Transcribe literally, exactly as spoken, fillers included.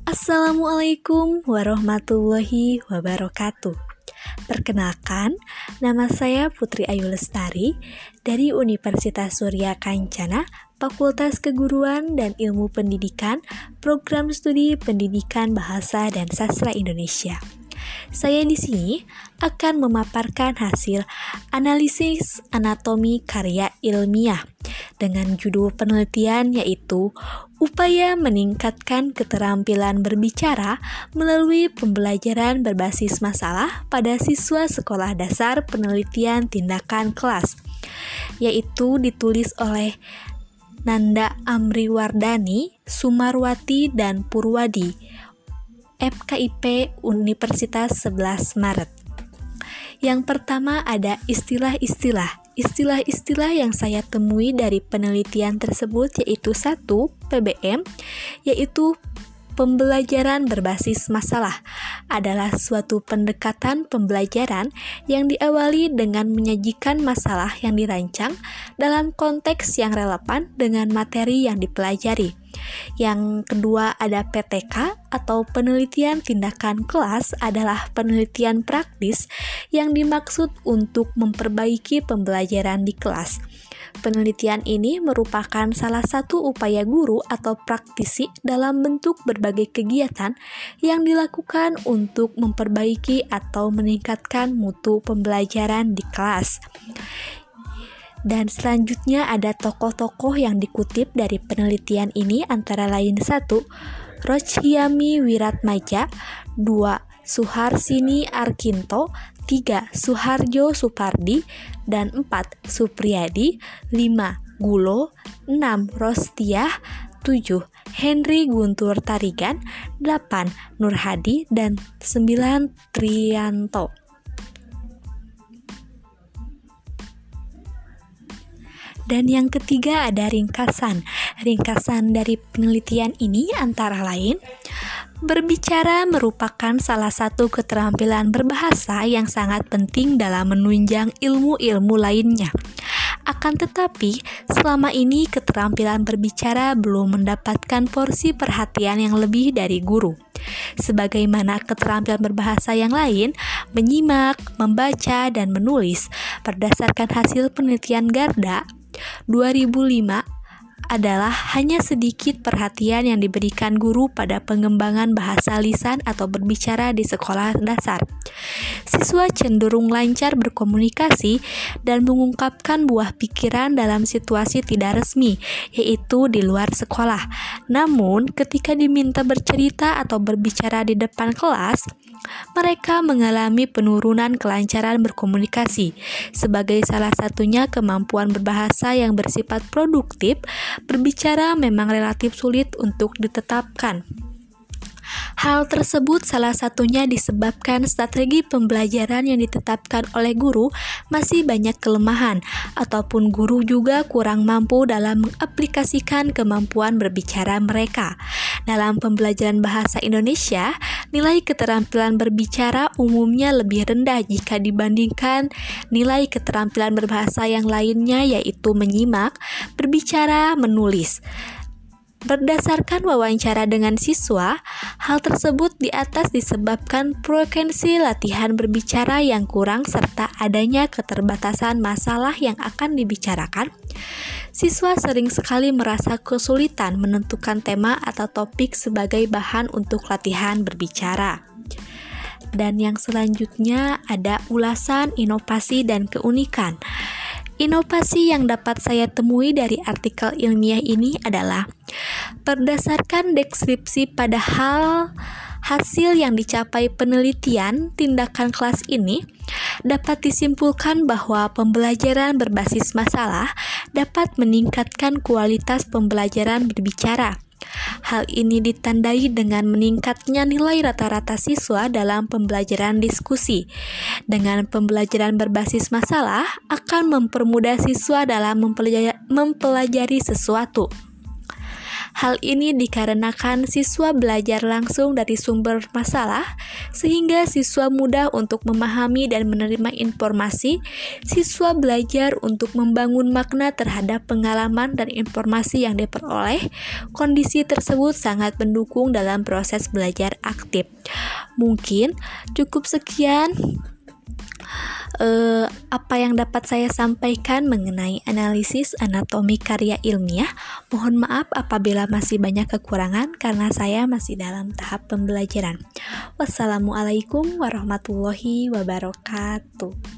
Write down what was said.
Assalamualaikum warahmatullahi wabarakatuh. Perkenalkan, nama saya Putri Ayu Lestari dari Universitas Surya Kencana, Fakultas Keguruan dan Ilmu Pendidikan, Program Studi Pendidikan Bahasa dan Sastra Indonesia. Saya di sini akan memaparkan hasil analisis anatomi karya ilmiah dengan judul penelitian yaitu upaya meningkatkan keterampilan berbicara melalui pembelajaran berbasis masalah pada siswa sekolah dasar penelitian tindakan kelas, yaitu ditulis oleh Nanda Amriwardani, Sumarwati, dan Purwadi, F K I P Universitas sebelas Maret. Yang pertama ada istilah-istilah. Istilah-istilah yang saya temui dari penelitian tersebut yaitu satu P B M, yaitu pembelajaran berbasis masalah, adalah suatu pendekatan pembelajaran yang diawali dengan menyajikan masalah yang dirancang dalam konteks yang relevan dengan materi yang dipelajari. Yang kedua ada P T K atau penelitian tindakan kelas, adalah penelitian praktis yang dimaksud untuk memperbaiki pembelajaran di kelas. Penelitian ini merupakan salah satu upaya guru atau praktisi dalam bentuk berbagai kegiatan yang dilakukan untuk memperbaiki atau meningkatkan mutu pembelajaran di kelas. Dan selanjutnya ada tokoh-tokoh yang dikutip dari penelitian ini, antara lain satu Rochhyami Wiratmaja, dua Suharsini Arkinto, tiga Suharjo Supardi, dan empat Supriyadi, lima Gulo, enam Rostiah, tujuh Henry Guntur Tarigan, delapan Nur Hadi, dan sembilan Trianto. Dan yang ketiga ada ringkasan. Ringkasan dari penelitian ini antara lain, berbicara merupakan salah satu keterampilan berbahasa yang sangat penting dalam menunjang ilmu-ilmu lainnya. Akan tetapi, selama ini keterampilan berbicara belum mendapatkan porsi perhatian yang lebih dari guru. Sebagaimana keterampilan berbahasa yang lain, menyimak, membaca, dan menulis, berdasarkan hasil penelitian Garda dua ribu lima, adalah hanya sedikit perhatian yang diberikan guru pada pengembangan bahasa lisan atau berbicara di sekolah dasar. Siswa cenderung lancar berkomunikasi dan mengungkapkan buah pikiran dalam situasi tidak resmi, yaitu di luar sekolah. Namun, ketika diminta bercerita atau berbicara di depan kelas, mereka mengalami penurunan kelancaran berkomunikasi. Sebagai salah satunya kemampuan berbahasa yang bersifat produktif, berbicara memang relatif sulit untuk ditetapkan. Hal tersebut salah satunya disebabkan strategi pembelajaran yang ditetapkan oleh guru masih banyak kelemahan, ataupun guru juga kurang mampu dalam mengaplikasikan kemampuan berbicara mereka. Dalam pembelajaran bahasa Indonesia, nilai keterampilan berbicara umumnya lebih rendah jika dibandingkan nilai keterampilan berbahasa yang lainnya, yaitu menyimak, berbicara, menulis. Berdasarkan wawancara dengan siswa, hal tersebut di atas disebabkan frekuensi latihan berbicara yang kurang serta adanya keterbatasan masalah yang akan dibicarakan. Siswa sering sekali merasa kesulitan menentukan tema atau topik sebagai bahan untuk latihan berbicara. Dan yang selanjutnya ada ulasan, inovasi, dan keunikan. Inovasi yang dapat saya temui dari artikel ilmiah ini adalah berdasarkan deskripsi pada hal hasil yang dicapai penelitian tindakan kelas ini, dapat disimpulkan bahwa pembelajaran berbasis masalah dapat meningkatkan kualitas pembelajaran berbicara. Hal ini ditandai dengan meningkatnya nilai rata-rata siswa dalam pembelajaran diskusi. Dengan pembelajaran berbasis masalah akan mempermudah siswa dalam mempelajari, mempelajari sesuatu. Hal ini dikarenakan siswa belajar langsung dari sumber masalah, sehingga siswa mudah untuk memahami dan menerima informasi. Siswa belajar untuk membangun makna terhadap pengalaman dan informasi yang diperoleh. Kondisi tersebut sangat mendukung dalam proses belajar aktif. Mungkin cukup sekian Uh, apa yang dapat saya sampaikan mengenai analisis anatomi karya ilmiah. Mohon maaf apabila masih banyak kekurangan karena saya masih dalam tahap pembelajaran. Wassalamualaikum warahmatullahi wabarakatuh.